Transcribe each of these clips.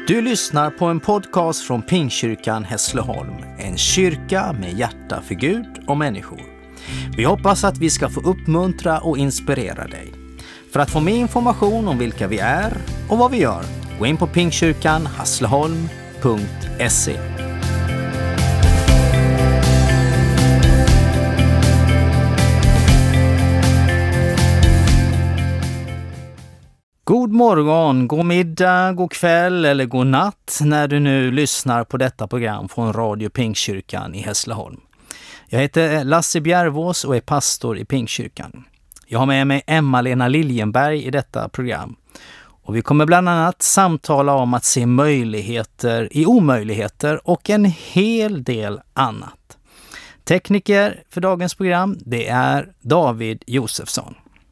Du lyssnar på en podcast från Pingstkyrkan Hässleholm, en kyrka med hjärta för Gud och människor. Vi hoppas att vi ska få uppmuntra och inspirera dig. För att få mer information om vilka vi är och vad vi gör, gå in på pingstkyrkanhässleholm.se. God morgon, god middag, god kväll eller god natt när du nu lyssnar på detta program från Radio Pingstkyrkan i Hässleholm. Jag heter Lasse Bjärvås och är pastor i Pingstkyrkan. Jag har med mig Emma-Lena Liljenberg i detta program. Och vi kommer bland annat samtala om att se möjligheter i omöjligheter och en hel del annat. Tekniker för dagens program, det är David Josefsson.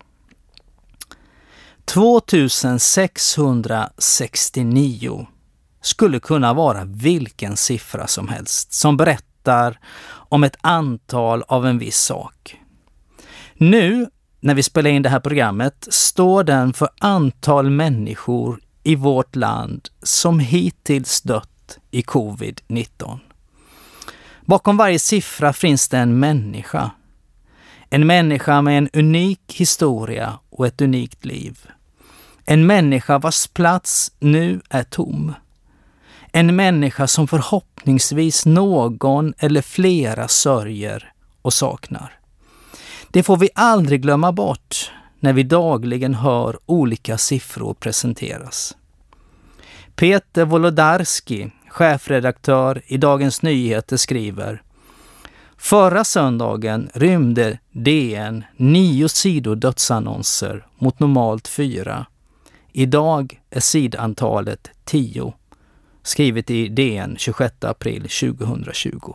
2669 skulle kunna vara vilken siffra som helst som berättar om ett antal av en viss sak. Nu, när vi spelar in det här programmet, står den för antal människor i vårt land som hittills dött i covid-19. Bakom varje siffra finns det en människa. En människa med en unik historia och ett unikt liv. En människa vars plats nu är tom. En människa som förhoppningsvis någon eller flera sörjer och saknar. Det får vi aldrig glömma bort när vi dagligen hör olika siffror presenteras. Peter Wolodarski, chefredaktör i Dagens Nyheter, skriver: förra söndagen rymde DN 9 sidor dödsannonser mot normalt 4. Idag är sidantalet 10, skrivet i DN 26 april 2020.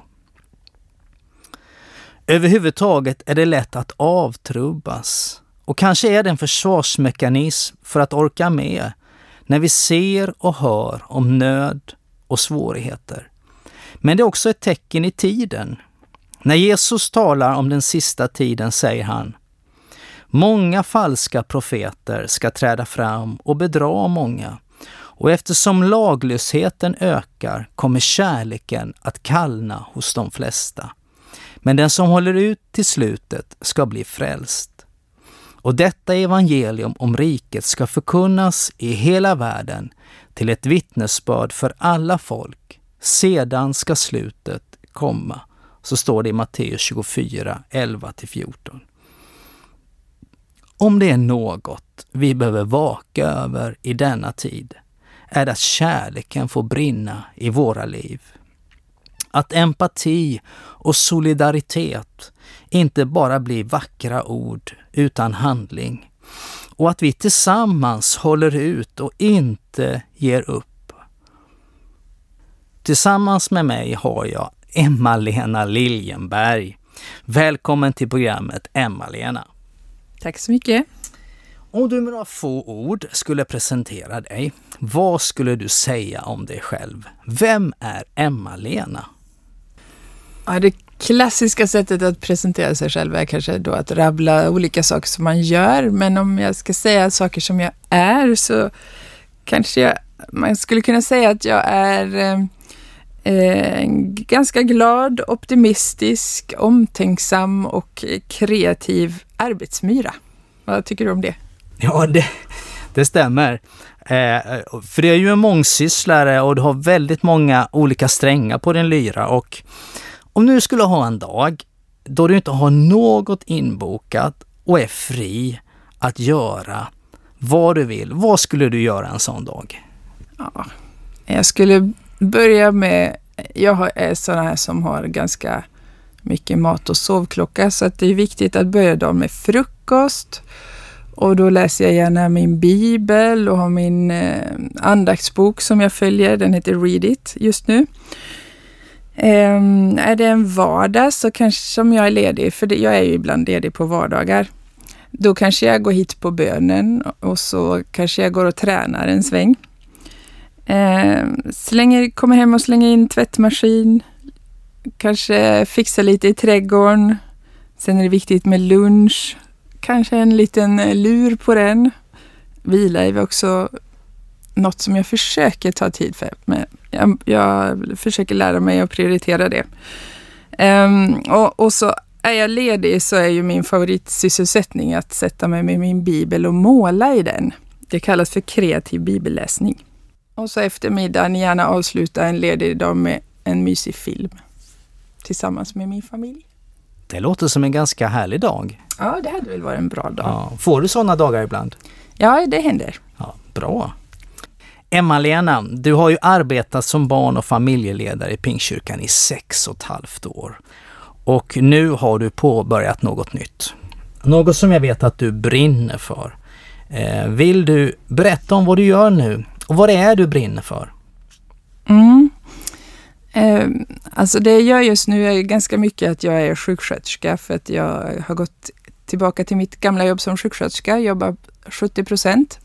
Överhuvudtaget är det lätt att avtrubbas och kanske är det en försvarsmekanism för att orka med när vi ser och hör om nöd och svårigheter. Men det är också ett tecken i tiden. När Jesus talar om den sista tiden säger han: många falska profeter ska träda fram och bedra många, och eftersom laglösheten ökar kommer kärleken att kallna hos de flesta. Men den som håller ut till slutet ska bli frälst. Och detta evangelium om riket ska förkunnas i hela världen till ett vittnesbörd för alla folk. Sedan ska slutet komma. Så står det i Matteus 24, 11-14. Om det är något vi behöver vaka över i denna tid är det att kärleken får brinna i våra liv. Att empati och solidaritet inte bara blir vackra ord utan handling. Och att vi tillsammans håller ut och inte ger upp. Tillsammans med mig har jag Emma-Lena Liljenberg. Välkommen till programmet, Emma-Lena. Tack så mycket. Om du med några få ord skulle presentera dig, vad skulle du säga om dig själv? Vem är Emma-Lena? Ja, det klassiska sättet att presentera sig själv är kanske då att rabbla olika saker som man gör. Men om jag ska säga saker som jag är, så kanske man skulle kunna säga att jag är ganska glad, optimistisk, omtänksam och kreativ arbetsmyra. Vad tycker du om det? Ja, det stämmer. För det är ju en mångsysslare och du har väldigt många olika strängar på din lyra. Och om du skulle ha en dag då du inte har något inbokat och är fri att göra vad du vill, vad skulle du göra en sån dag? Ja, jag skulle börja med, jag är sån här som har ganska mycket mat och sovklocka, så att det är viktigt att börja dagen med frukost. Och då läser jag gärna min bibel och har min andaktsbok som jag följer. Den heter Read It just nu. Är det en vardag så kanske som jag är ledig, för jag är ju ibland ledig på vardagar. Då kanske jag går hit på bönen och så kanske jag går och tränar en sväng. Kommer hem och slänger in tvättmaskin. Kanske fixa lite i trädgården. Sen är det viktigt med lunch. Kanske en liten lur på den. Vila är vi också något som jag försöker ta tid för. Men jag försöker lära mig att prioritera det. Och så är jag ledig så är ju min favoritsysselsättning att sätta mig med min bibel och måla i den. Det kallas för kreativ bibelläsning. Och så eftermiddagen gärna avsluta en ledig dag med en mysig film tillsammans med min familj. Det låter som en ganska härlig dag. Ja, det hade väl varit en bra dag. Ja. Får du sådana dagar ibland? Ja, det händer. Ja, bra. Emma-Lena, du har ju arbetat som barn- och familjeledare i Pingstkyrkan i 6,5 år. Och nu har du påbörjat något nytt. Något som jag vet att du brinner för. Vill du berätta om vad du gör nu? Och vad det är du brinner för? Alltså det jag gör just nu är ganska mycket att jag är sjuksköterska. För att jag har gått tillbaka till mitt gamla jobb som sjuksköterska. Jobbar 70%.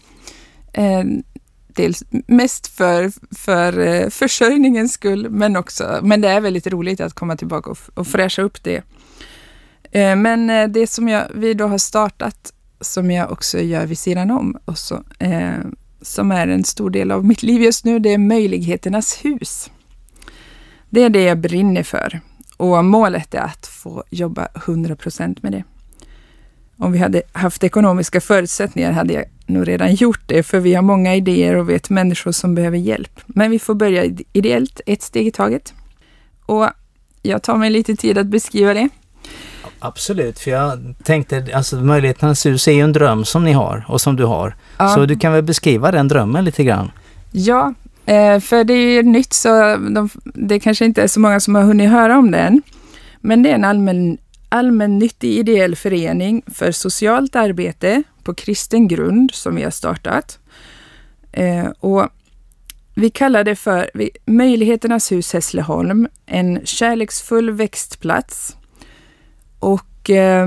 Dels mest för försörjningens skull, men det är väldigt roligt att komma tillbaka och fräscha upp det. Men det som vi då har startat, som jag också gör vid sidan om, och så, som är en stor del av mitt liv just nu, det är Möjligheternas hus. Det är det jag brinner för, och målet är att få jobba 100% med det. Om vi hade haft ekonomiska förutsättningar hade jag nog redan gjort det, för vi har många idéer och vet människor som behöver hjälp. Men vi får börja ideellt, ett steg i taget. Och jag tar mig lite tid att beskriva det. Absolut, för jag tänkte, alltså Möjligheternas hus är ju en dröm som ni har och som du har. Ja. Så du kan väl beskriva den drömmen lite grann? Ja, för det är ju nytt, så det kanske inte är så många som har hunnit höra om den. Men det är en allmännyttig ideell förening för socialt arbete på kristen grund som vi har startat. Och vi kallar det för Möjligheternas hus Hässleholm, en kärleksfull växtplats. Och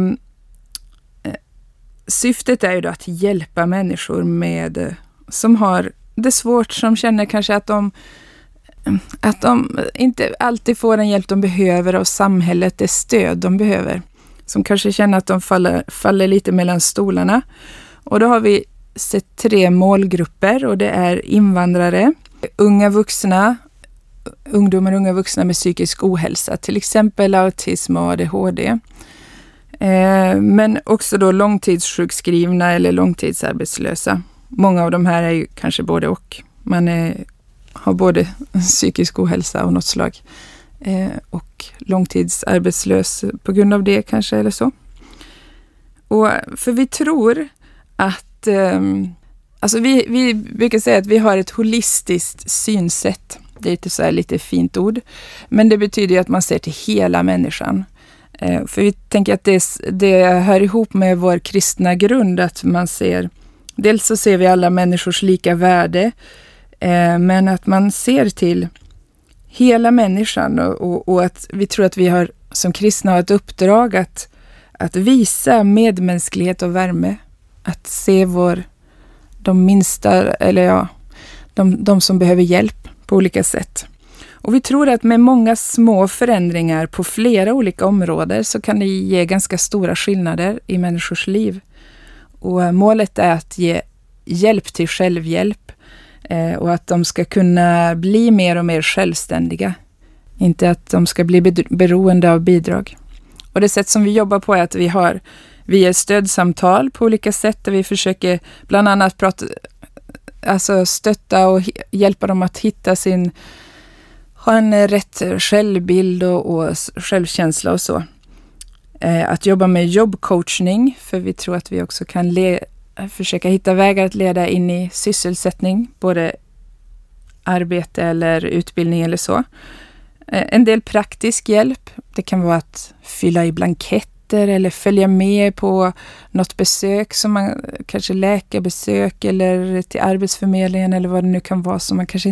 syftet är ju då att hjälpa människor som har det svårt, som känner kanske att de inte alltid får den hjälp de behöver av samhället, det stöd de behöver. Som kanske känner att de faller lite mellan stolarna. Och då har vi sett 3 målgrupper, och det är invandrare, unga vuxna med psykisk ohälsa, till exempel autism och ADHD. Men också då långtidssjukskrivna eller långtidsarbetslösa. Många av de här är ju kanske både och. Man har både psykisk ohälsa och något slag. Och långtidsarbetslös på grund av det kanske, eller så. Och för vi tror att alltså vi brukar säga att vi har ett holistiskt synsätt. Det är inte så här lite fint ord. Men det betyder ju att man ser till hela människan. För vi tänker att det hör ihop med vår kristna grund, att man ser, dels så ser vi alla människors lika värde, men att man ser till hela människan, och att vi tror att vi har som kristna har ett uppdrag att visa medmänsklighet och värme, att se de minsta, eller ja, de som behöver hjälp på olika sätt. Och vi tror att med många små förändringar på flera olika områden så kan det ge ganska stora skillnader i människors liv. Och målet är att ge hjälp till självhjälp, och att de ska kunna bli mer och mer självständiga. Inte att de ska bli beroende av bidrag. Och det sätt som vi jobbar på är att vi ger stödsamtal på olika sätt, där vi försöker bland annat stötta och hjälpa dem att ha en rätt självbild och självkänsla och så. Att jobba med jobbcoachning, för vi tror att vi också kan försöka hitta vägar att leda in i sysselsättning, både arbete eller utbildning eller så. En del praktisk hjälp, det kan vara att fylla i blanketter eller följa med på något besök, som man kanske läkarbesök eller till Arbetsförmedlingen eller vad det nu kan vara, som man kanske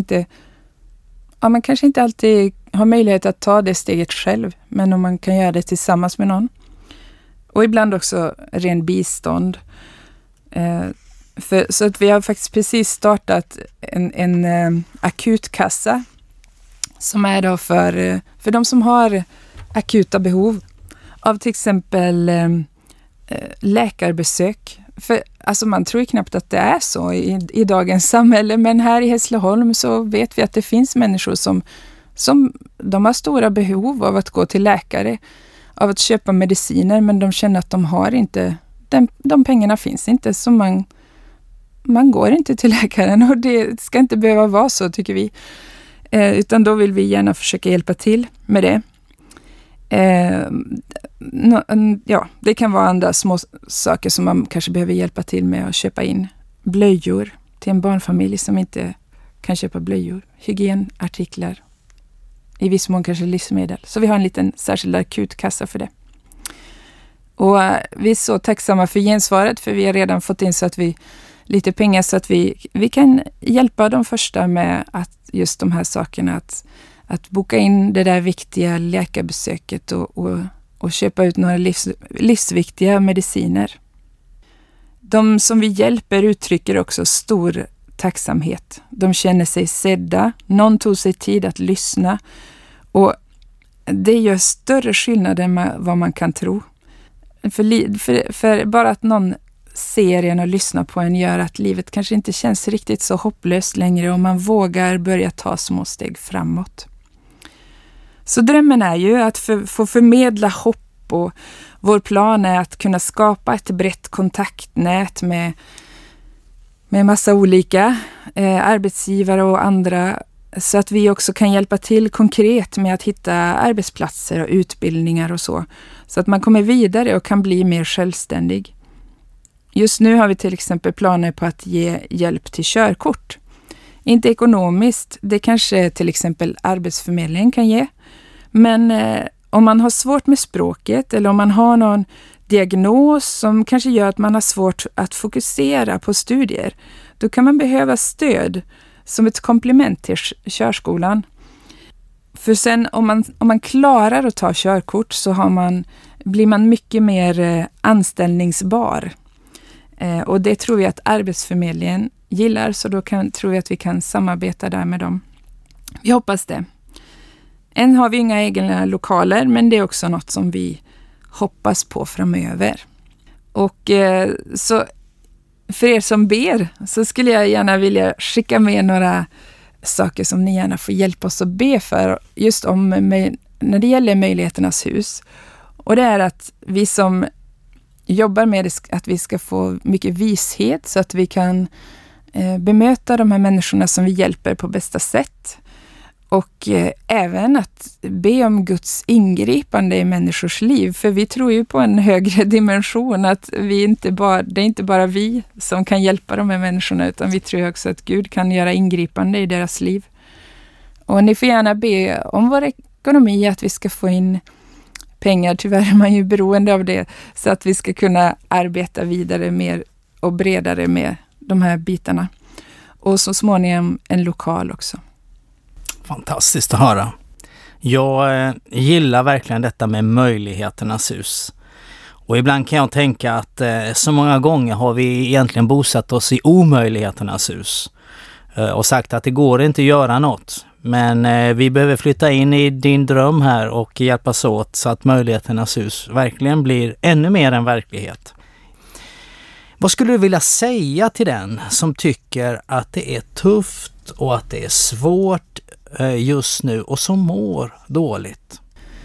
inte alltid har möjlighet att ta det steget själv, men om man kan göra det tillsammans med någon. Och ibland också ren bistånd. Så att vi har faktiskt precis startat en akutkassa som är då för de som har akuta behov av till exempel läkarbesök För alltså man tror ju knappt att det är så i dagens samhälle, men här i Hässleholm så vet vi att det finns människor som de har stora behov av att gå till läkare, av att köpa mediciner, men de känner att de har inte, de pengarna finns inte, så man går inte till läkaren, och det ska inte behöva vara så, tycker vi. Utan då vill vi gärna försöka hjälpa till med det. Det kan vara andra små saker som man kanske behöver hjälpa till med, att köpa in blöjor till en barnfamilj som inte kan köpa blöjor, hygienartiklar, i viss mån kanske livsmedel. Så vi har en liten särskild akutkassa för det. Och vi är så tacksamma för gensvaret, för vi har redan fått in lite pengar så att vi kan hjälpa de första med att just de här sakerna, att boka in det där viktiga läkarbesöket och köpa ut några livsviktiga mediciner. De som vi hjälper uttrycker också stor tacksamhet. De känner sig sedda. Någon tog sig tid att lyssna. Och det gör större skillnad än vad man kan tro. För bara att någon ser en och lyssnar på en gör att livet kanske inte känns riktigt så hopplöst längre, och man vågar börja ta små steg framåt. Så drömmen är ju att få förmedla hopp, och vår plan är att kunna skapa ett brett kontaktnät med massa olika arbetsgivare och andra, så att vi också kan hjälpa till konkret med att hitta arbetsplatser och utbildningar och så att man kommer vidare och kan bli mer självständig. Just nu har vi till exempel planer på att ge hjälp till körkort. Inte ekonomiskt, det kanske till exempel Arbetsförmedlingen kan ge. Men om man har svårt med språket, eller om man har någon diagnos som kanske gör att man har svårt att fokusera på studier, då kan man behöva stöd som ett komplement till körskolan. För sen om man klarar att ta körkort så blir man mycket mer anställningsbar. Och det tror vi att Arbetsförmedlingen gillar, så då tror vi att vi kan samarbeta där med dem. Vi hoppas det. Än har vi inga egna lokaler, men det är också något som vi hoppas på framöver. Och så för er som ber så skulle jag gärna vilja skicka med några saker som ni gärna får hjälpa oss att be för, just när det gäller Möjligheternas hus. Och det är att vi som jobbar med att vi ska få mycket vishet så att vi kan bemöta de här människorna som vi hjälper på bästa sätt. Och även att be om Guds ingripande i människors liv. För vi tror ju på en högre dimension, att det är inte bara vi som kan hjälpa de här människorna, utan vi tror också att Gud kan göra ingripande i deras liv. Och ni får gärna be om vår ekonomi, att vi ska få in pengar. Tyvärr är man ju beroende av det, så att vi ska kunna arbeta vidare mer och bredare med de här bitarna. Och så småningom en lokal också. Fantastiskt att höra. Jag gillar verkligen detta med Möjligheternas hus. Och ibland kan jag tänka att så många gånger har vi egentligen bosatt oss i omöjligheternas hus. Och sagt att det går inte att göra något. Men vi behöver flytta in i din dröm här och hjälpas åt så att Möjligheternas hus verkligen blir ännu mer en verklighet. Vad skulle du vilja säga till den som tycker att det är tufft och att det är svårt just nu och som mår dåligt?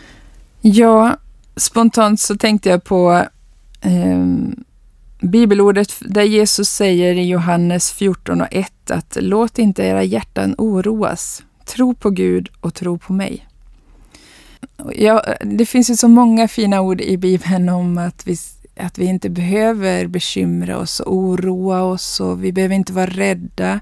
Ja, spontant så tänkte jag på bibelordet där Jesus säger i Johannes 14:1 att låt inte era hjärtan oroas. Tro på Gud och tro på mig. Ja, det finns ju så många fina ord i Bibeln om att vi inte behöver bekymra oss och oroa oss, och vi behöver inte vara rädda.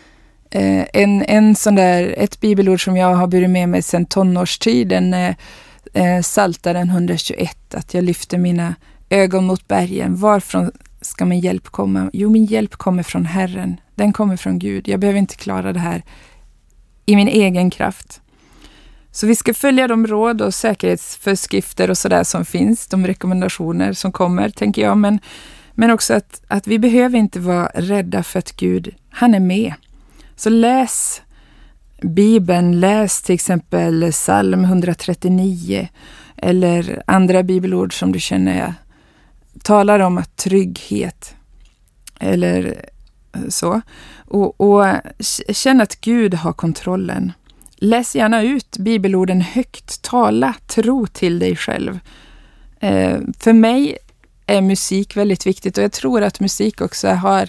Ett bibelord som jag har burit med mig sedan tonårstiden, Psaltaren 121, att jag lyfter mina ögon mot bergen. Varifrån ska min hjälp komma? Jo, min hjälp kommer från Herren. Den kommer från Gud. Jag behöver inte klara det här i min egen kraft. Så vi ska följa de råd och säkerhetsföreskrifter och sådär som finns, de rekommendationer som kommer, tänker jag. Men också att vi behöver inte vara rädda för att Gud, han är med. Så läs Bibeln, läs till exempel Psalm 139 eller andra bibelord som du känner talar om att trygghet. eller så. Och känn att Gud har kontrollen. Läs gärna ut bibelorden högt. Tala, tro till dig själv. För mig är musik väldigt viktigt, och jag tror att musik också har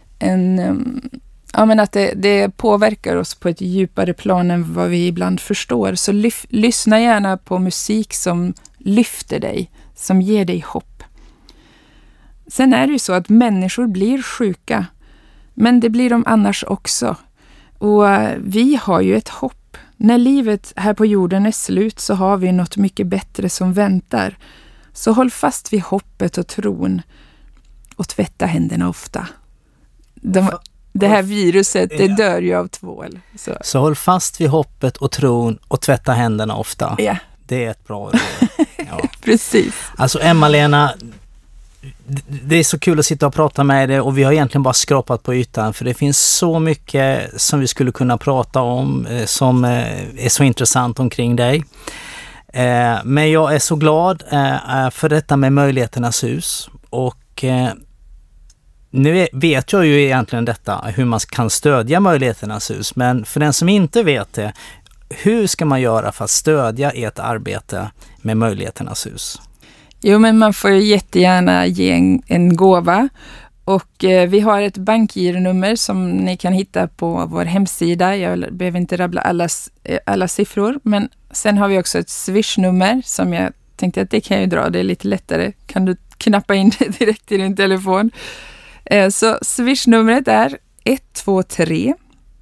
att det påverkar oss på ett djupare plan än vad vi ibland förstår. Så lyssna gärna på musik som lyfter dig, som ger dig hopp. Sen är det ju så att människor blir sjuka, men det blir de annars också. Och vi har ju ett hopp. När livet här på jorden är slut så har vi något mycket bättre som väntar. Så håll fast vid hoppet och tron och tvätta händerna ofta. Det här viruset, det dör ju av tvål. Så håll fast vid hoppet och tron och tvätta händerna ofta. Ja. Det är ett bra råd. Ja. Precis. Alltså Emma-Lena, det är så kul att sitta och prata med dig, och vi har egentligen bara skrapat på ytan, för det finns så mycket som vi skulle kunna prata om som är så intressant omkring dig. Men jag är så glad för detta med Möjligheternas hus, och nu vet jag ju egentligen detta, hur man kan stödja Möjligheternas hus, men för den som inte vet det, hur ska man göra för att stödja ert arbete med Möjligheternas hus? Jo, men man får ju jättegärna ge en gåva, och vi har ett bankgironummer som ni kan hitta på vår hemsida. Jag behöver inte rabbla alla siffror, men sen har vi också ett Swish-nummer som jag tänkte att det kan jag ju dra, det är lite lättare. Kan du knappa in det direkt i din telefon? Så Swish-numret är 123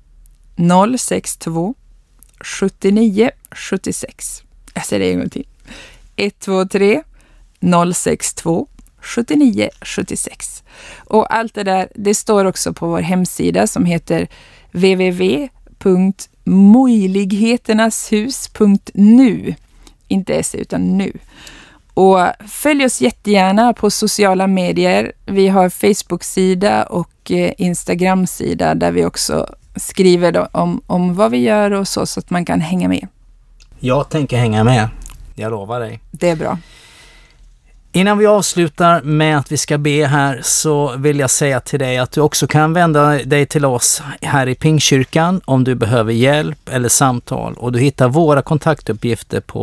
062 79 76. Jag säger det en gång till. 123 062 79 76. Och allt det där, det står också på vår hemsida som heter www.mojlighetenashus.nu. Inte s utan nu. Och följ oss jättegärna på sociala medier. Vi har Facebook-sida och Instagram-sida där vi också skriver om vad vi gör och så att man kan hänga med. Jag tänker hänga med. Jag lovar dig. Det är bra. Innan vi avslutar med att vi ska be här, så vill jag säga till dig att du också kan vända dig till oss här i Pingstkyrkan om du behöver hjälp eller samtal, och du hittar våra kontaktuppgifter på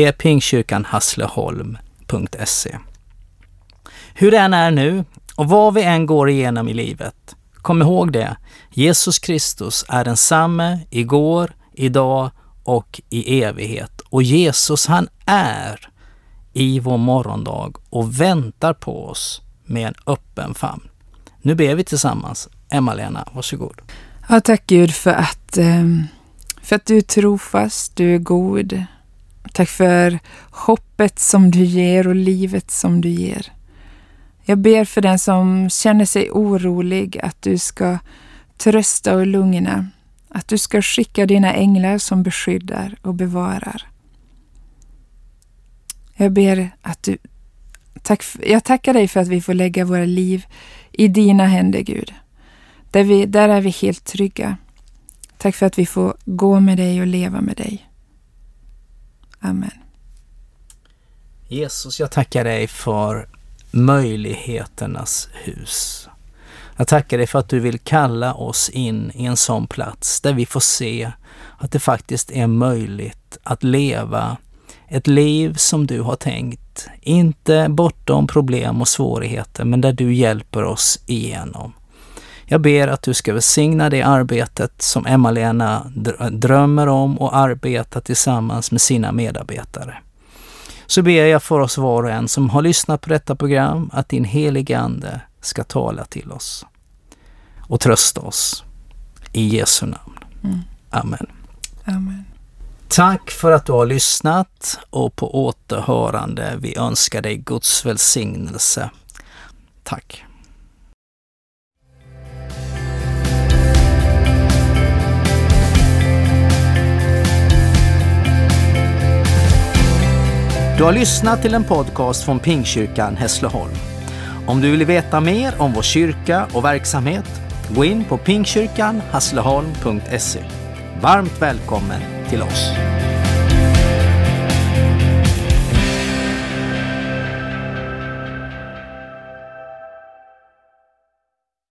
www.pingstkyrkanhasleholm.se. Hur det än är nu och vad vi än går igenom i livet, kom ihåg det. Jesus Kristus är densamme igår, idag och i evighet. Och Jesus, han är i vår morgondag och väntar på oss med en öppen famn. Nu ber vi tillsammans. Emma-Lena, varsågod. Ja, tack Gud för att du är trofast, du är god. Tack för hoppet som du ger och livet som du ger. Jag ber för den som känner sig orolig att du ska trösta och lugna. Att du ska skicka dina änglar som beskyddar och bevarar. Jag ber att jag tackar dig för att vi får lägga våra liv i dina händer, Gud. Där är vi helt trygga. Tack för att vi får gå med dig och leva med dig. Amen. Jesus, jag tackar dig för Möjligheternas hus. Jag tackar dig för att du vill kalla oss in i en sån plats där vi får se att det faktiskt är möjligt att leva ett liv som du har tänkt, inte bortom problem och svårigheter, men där du hjälper oss igenom. Jag ber att du ska välsigna det arbetet som Emma-Lena drömmer om och arbetar tillsammans med sina medarbetare. Så ber jag för oss var och en som har lyssnat på detta program att din heliga ande ska tala till oss och trösta oss. I Jesu namn. Amen. Amen. Tack för att du har lyssnat, och på återhörande. Vi önskar dig Guds välsignelse. Tack. Du har lyssnat till en podcast från Pingstkyrkan Hässleholm. Om du vill veta mer om vår kyrka och verksamhet, gå in på pingstkyrkanhasleholm.se. Varmt välkommen till oss.